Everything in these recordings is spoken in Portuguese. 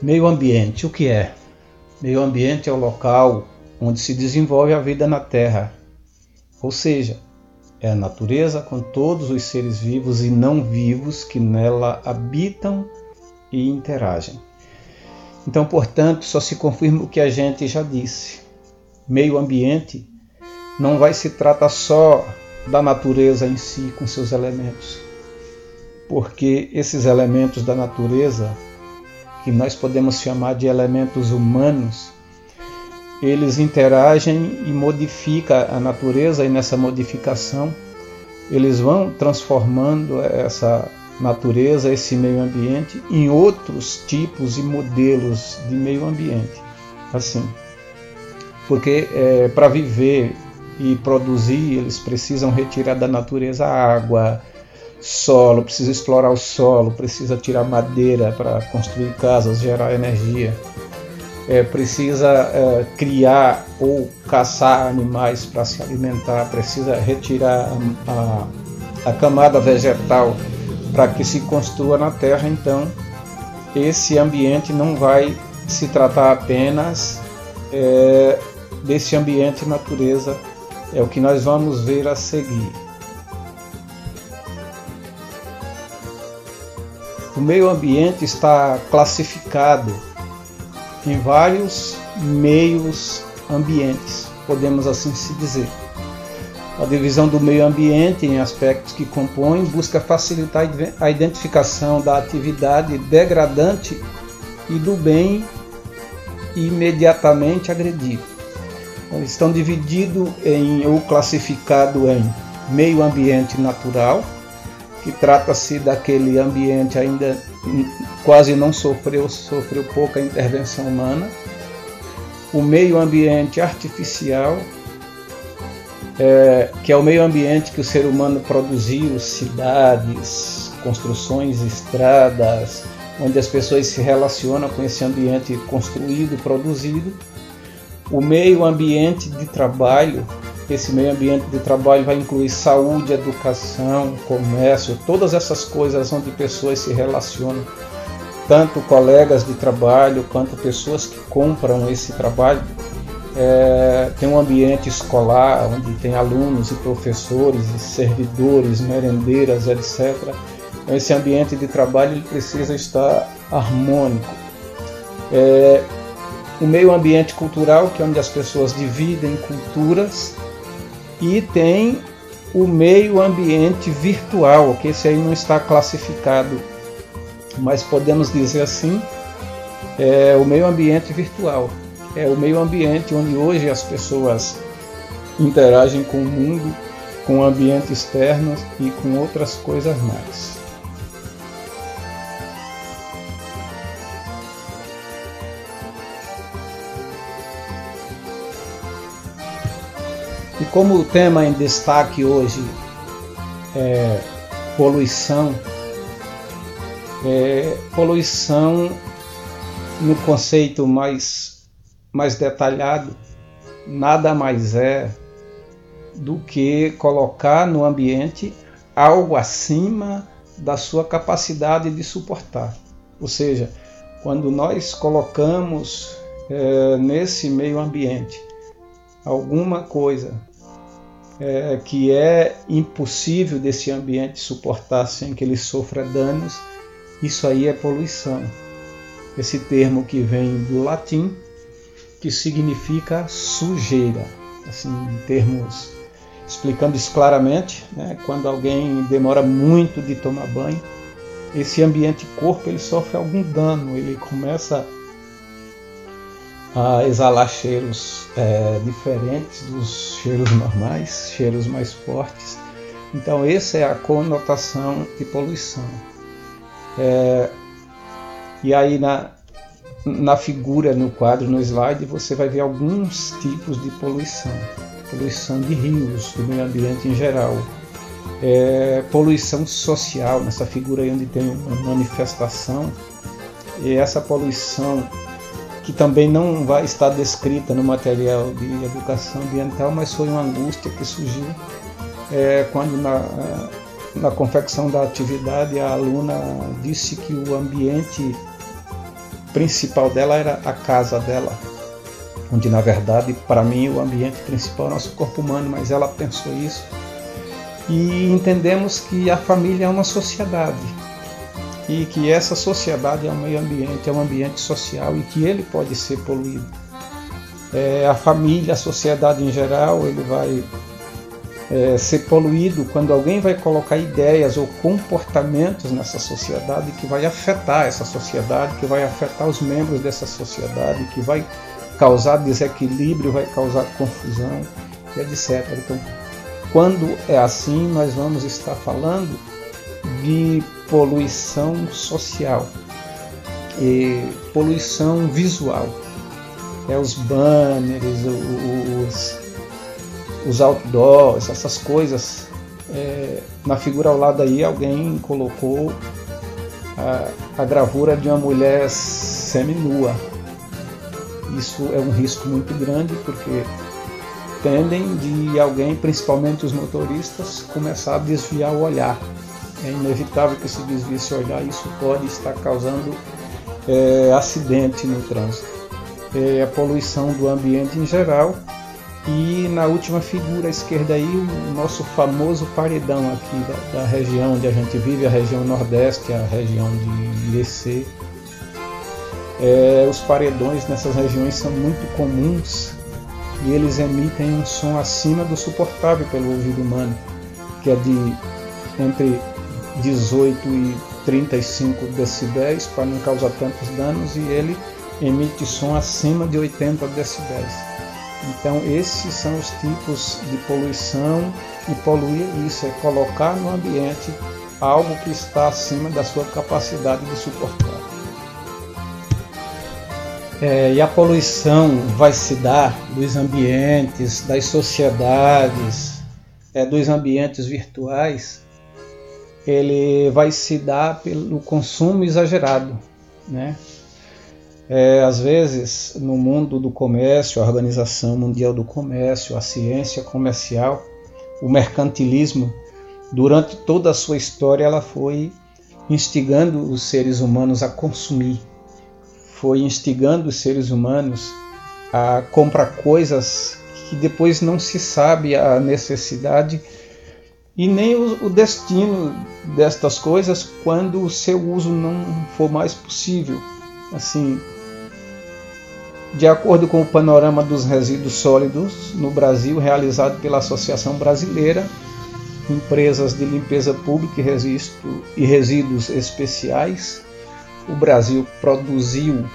Meio ambiente, o que é? Meio ambiente é o local onde se desenvolve a vida na Terra, ou seja, é a natureza com todos os seres vivos e não vivos que nela habitam e interagem. Então, portanto, só se confirma o que a gente já disse. Meio ambiente não vai se tratar só da natureza em si com seus elementos, porque esses elementos da natureza, que nós podemos chamar de elementos humanos, eles interagem e modificam a natureza, e nessa modificação eles vão transformando essa natureza, esse meio ambiente, em outros tipos e modelos de meio ambiente. Assim, porque para viver e produzir, eles precisam retirar da natureza água, solo, precisa explorar o solo, precisa tirar madeira para construir casas, gerar energia, precisa criar ou caçar animais para se alimentar, precisa retirar a camada vegetal para que se construa na terra. Então, esse ambiente não vai se tratar apenas desse ambiente natureza, é o que nós vamos ver a seguir. O meio ambiente está classificado em vários meios ambientes, podemos assim se dizer. A divisão do meio ambiente em aspectos que compõem busca facilitar a identificação da atividade degradante e do bem imediatamente agredido. Eles estão divididos ou classificados em meio ambiente natural, que trata-se daquele ambiente ainda quase não sofreu pouca intervenção humana. O meio ambiente artificial, que é o meio ambiente que o ser humano produziu, cidades, construções, estradas, onde as pessoas se relacionam com esse ambiente construído, produzido. O meio ambiente de trabalho, esse meio ambiente de trabalho vai incluir saúde, educação, comércio, todas essas coisas onde pessoas se relacionam, tanto colegas de trabalho quanto pessoas que compram esse trabalho. Tem um ambiente escolar, onde tem alunos e professores, e servidores, merendeiras, etc. Então, esse ambiente de trabalho ele precisa estar harmônico. O meio ambiente cultural, que é onde as pessoas dividem culturas, e tem o meio ambiente virtual, que esse aí não está classificado, mas podemos dizer assim, o meio ambiente virtual. É o meio ambiente onde hoje as pessoas interagem com o mundo, com o ambiente externo e com outras coisas mais. E como o tema em destaque hoje é poluição, poluição no conceito mais detalhado, nada mais é do que colocar no ambiente algo acima da sua capacidade de suportar. Ou seja, quando nós colocamos nesse meio ambiente alguma coisa que é impossível desse ambiente suportar sem que ele sofra danos, isso aí é poluição. Esse termo que vem do latim, que significa sujeira. Assim, em termos, explicando isso claramente, né? Quando alguém demora muito de tomar banho, esse ambiente corpo ele sofre algum dano, ele começa a exalar cheiros diferentes dos cheiros normais, cheiros mais fortes. Então essa é a conotação de poluição. E aí na figura, no quadro, no slide, você vai ver alguns tipos de poluição. Poluição de rios, do meio ambiente em geral. Poluição social, nessa figura aí onde tem uma manifestação. E essa poluição que também não vai estar descrita no material de educação ambiental, mas foi uma angústia que surgiu quando na confecção da atividade a aluna disse que o ambiente principal dela era a casa dela, onde na verdade para mim o ambiente principal é o nosso corpo humano, mas ela pensou isso. E entendemos que a família é uma sociedade e que essa sociedade é um meio ambiente, é um ambiente social e que ele pode ser poluído. A família, a sociedade em geral, ele vai ser poluído quando alguém vai colocar ideias ou comportamentos nessa sociedade que vai afetar essa sociedade, que vai afetar os membros dessa sociedade, que vai causar desequilíbrio, vai causar confusão, etc. Então, quando é assim, nós vamos estar falando de poluição social e poluição visual. Os banners, os outdoors, essas coisas. Na figura ao lado aí alguém colocou a gravura de uma mulher seminua. Isso é um risco muito grande porque tendem de alguém, principalmente os motoristas, começar a desviar o olhar. É inevitável que se desvie esse olhar, isso pode estar causando acidente no trânsito. A poluição do ambiente em geral. E na última figura à esquerda aí, o nosso famoso paredão aqui da região onde a gente vive, a região nordeste, a região de Irecê. Os paredões nessas regiões são muito comuns e eles emitem um som acima do suportável pelo ouvido humano, que é de entre 18 e 35 decibéis, para não causar tantos danos, e ele emite som acima de 80 decibéis. Então esses são os tipos de poluição, e poluir isso é colocar no ambiente algo que está acima da sua capacidade de suportar. E a poluição vai se dar dos ambientes, das sociedades, dos ambientes virtuais, ele vai se dar pelo consumo exagerado, né? Às vezes, no mundo do comércio, a Organização Mundial do Comércio, a ciência comercial, o mercantilismo, durante toda a sua história, ela foi instigando os seres humanos a consumir, foi instigando os seres humanos a comprar coisas que depois não se sabe a necessidade e nem o destino destas coisas quando o seu uso não for mais possível. Assim, de acordo com o panorama dos resíduos sólidos no Brasil, realizado pela Associação Brasileira, Empresas de Limpeza Pública e Resíduos Especiais, o Brasil produziu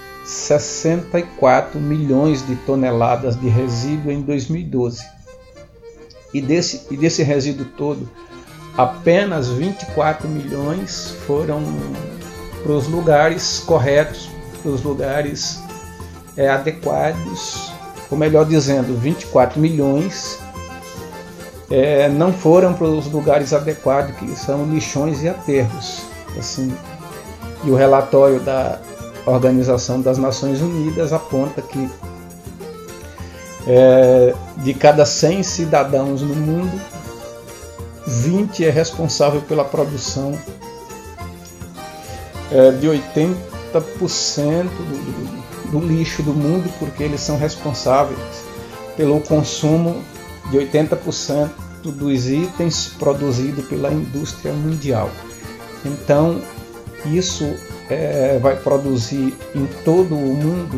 64 milhões de toneladas de resíduo em 2012. E desse resíduo todo, apenas 24 milhões foram para os lugares corretos, para os lugares adequados, ou melhor dizendo, 24 milhões não foram para os lugares adequados, que são lixões e aterros. Assim, e o relatório da Organização das Nações Unidas aponta que de cada 100 cidadãos no mundo, 20 é responsável pela produção de 80% do lixo do mundo, porque eles são responsáveis pelo consumo de 80% dos itens produzidos pela indústria mundial. Então, isso vai produzir em todo o mundo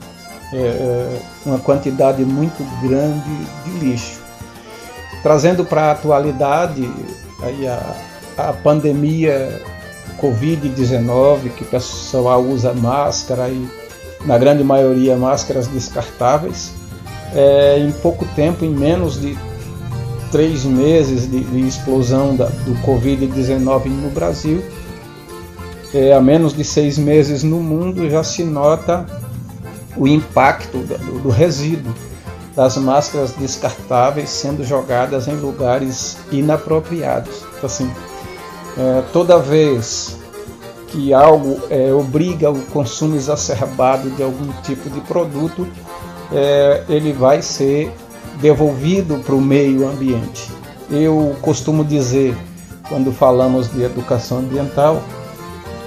uma quantidade muito grande de lixo. Trazendo para a atualidade aí a pandemia Covid-19, que o pessoal usa máscara e, na grande maioria, máscaras descartáveis. Em pouco tempo, em menos de 3 meses de explosão do Covid-19 no Brasil, há menos de 6 meses no mundo, já se nota o impacto do resíduo das máscaras descartáveis sendo jogadas em lugares inapropriados. Então, assim, toda vez que algo obriga o consumo exacerbado de algum tipo de produto, ele vai ser devolvido para o meio ambiente. Eu costumo dizer, quando falamos de educação ambiental,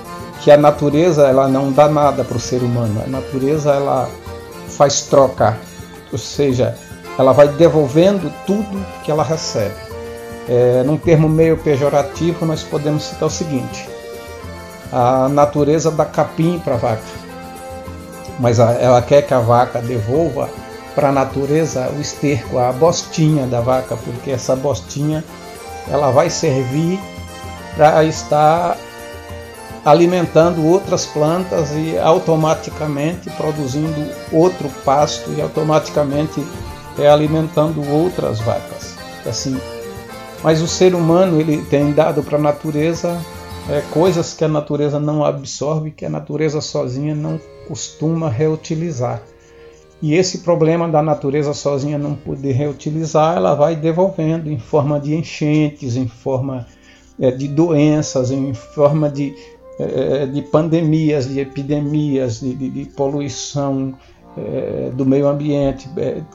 que a natureza ela não dá nada para o ser humano. A natureza ela faz troca, ou seja, ela vai devolvendo tudo que ela recebe. Num termo meio pejorativo, nós podemos citar o seguinte: a natureza dá capim para a vaca, mas ela quer que a vaca devolva para a natureza o esterco, a bostinha da vaca, porque essa bostinha ela vai servir para estar alimentando outras plantas e automaticamente produzindo outro pasto e automaticamente alimentando outras vacas. Assim, mas o ser humano ele tem dado para a natureza coisas que a natureza não absorve, que a natureza sozinha não costuma reutilizar. E esse problema da natureza sozinha não poder reutilizar, ela vai devolvendo em forma de enchentes, em forma de doenças, em forma de pandemias, de epidemias, de poluição do meio ambiente,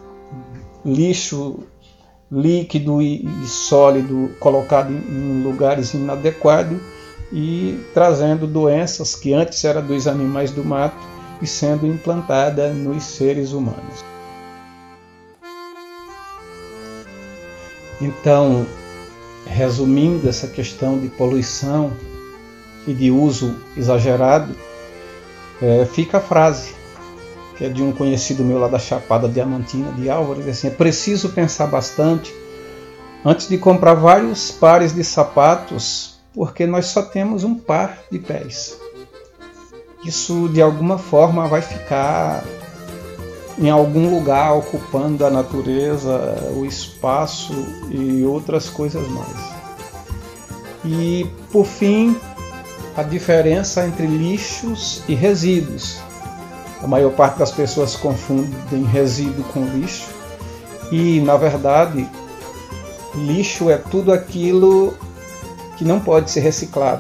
lixo líquido e sólido colocado em lugares inadequados e trazendo doenças que antes eram dos animais do mato e sendo implantada nos seres humanos. Então, resumindo essa questão de poluição e de uso exagerado, fica a frase, que é de um conhecido meu lá da Chapada Diamantina, de Álvaro, diz assim: é preciso pensar bastante antes de comprar vários pares de sapatos, porque nós só temos um par de pés. Isso de alguma forma vai ficar em algum lugar ocupando a natureza, o espaço e outras coisas mais. E por fim, a diferença entre lixos e resíduos. A maior parte das pessoas confundem resíduo com lixo e, na verdade, lixo é tudo aquilo que não pode ser reciclado.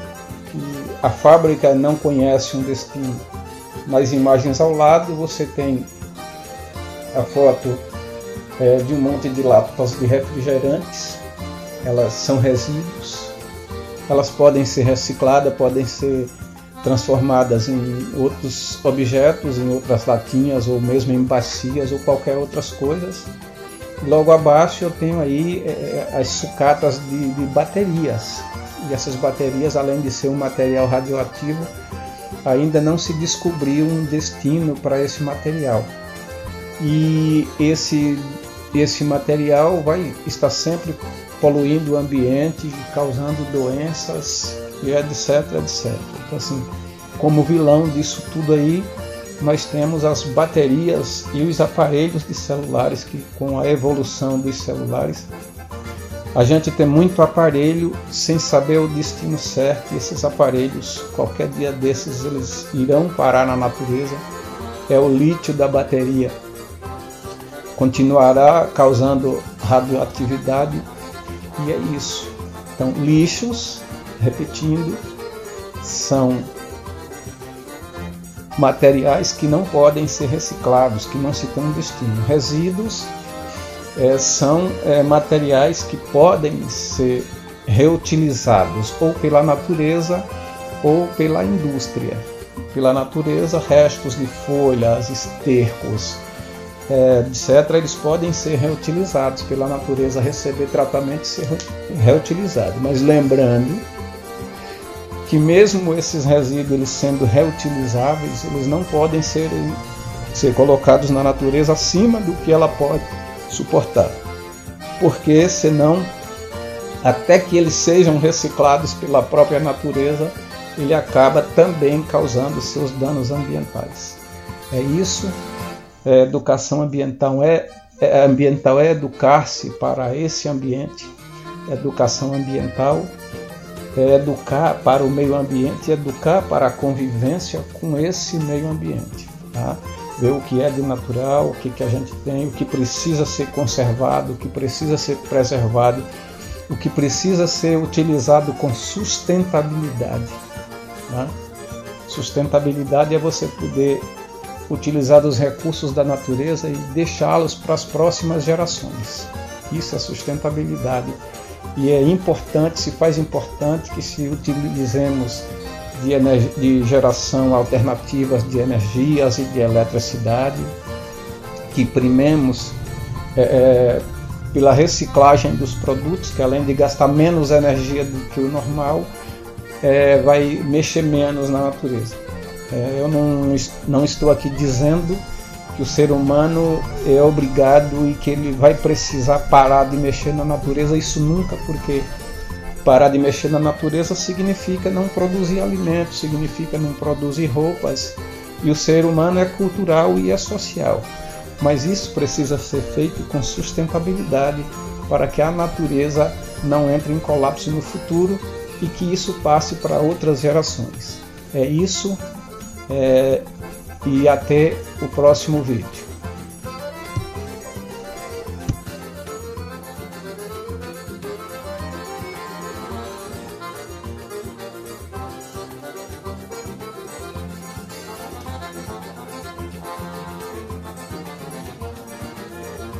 A fábrica não conhece um destino. Nas imagens ao lado você tem a foto de um monte de latas de refrigerantes. Elas são resíduos. Elas podem ser recicladas, podem ser transformadas em outros objetos, em outras latinhas ou mesmo em bacias ou qualquer outras coisas. Logo abaixo eu tenho aí as sucatas de baterias. E essas baterias, além de ser um material radioativo, ainda não se descobriu um destino para esse material. E esse material vai estar sempre poluindo o ambiente, causando doenças, e etc, etc. Então, assim, como vilão disso tudo aí, nós temos as baterias e os aparelhos de celulares, que com a evolução dos celulares, a gente tem muito aparelho sem saber o destino certo, e esses aparelhos, qualquer dia desses, eles irão parar na natureza. É o lítio da bateria. Continuará causando radioatividade, e é isso. Então, lixos, repetindo, são materiais que não podem ser reciclados, que não se tem um destino. Resíduos são materiais que podem ser reutilizados ou pela natureza ou pela indústria. Pela natureza, restos de folhas, estercos, etc., eles podem ser reutilizados. Pela natureza, receber tratamento e ser reutilizados. Mas lembrando que mesmo esses resíduos eles sendo reutilizáveis, eles não podem ser colocados na natureza acima do que ela pode suportar, porque senão, até que eles sejam reciclados pela própria natureza, ele acaba também causando seus danos ambientais. É isso. Educação ambiental é educar-se para esse ambiente. Educação ambiental é educar para o meio ambiente, educar para a convivência com esse meio ambiente, tá? Ver o que é de natural, o que a gente tem, o que precisa ser conservado, o que precisa ser preservado, o que precisa ser utilizado com sustentabilidade, tá? Sustentabilidade é você poder utilizar os recursos da natureza e deixá-los para as próximas gerações. Isso é sustentabilidade. E é importante, se faz importante que se utilizemos de geração alternativas de energias e de eletricidade, que primemos pela reciclagem dos produtos, que além de gastar menos energia do que o normal, vai mexer menos na natureza. Eu não estou aqui dizendo que o ser humano é obrigado e que ele vai precisar parar de mexer na natureza, isso nunca, porque parar de mexer na natureza significa não produzir alimentos, significa não produzir roupas, e o ser humano é cultural e é social. Mas isso precisa ser feito com sustentabilidade para que a natureza não entre em colapso no futuro e que isso passe para outras gerações. É isso, e até o próximo vídeo.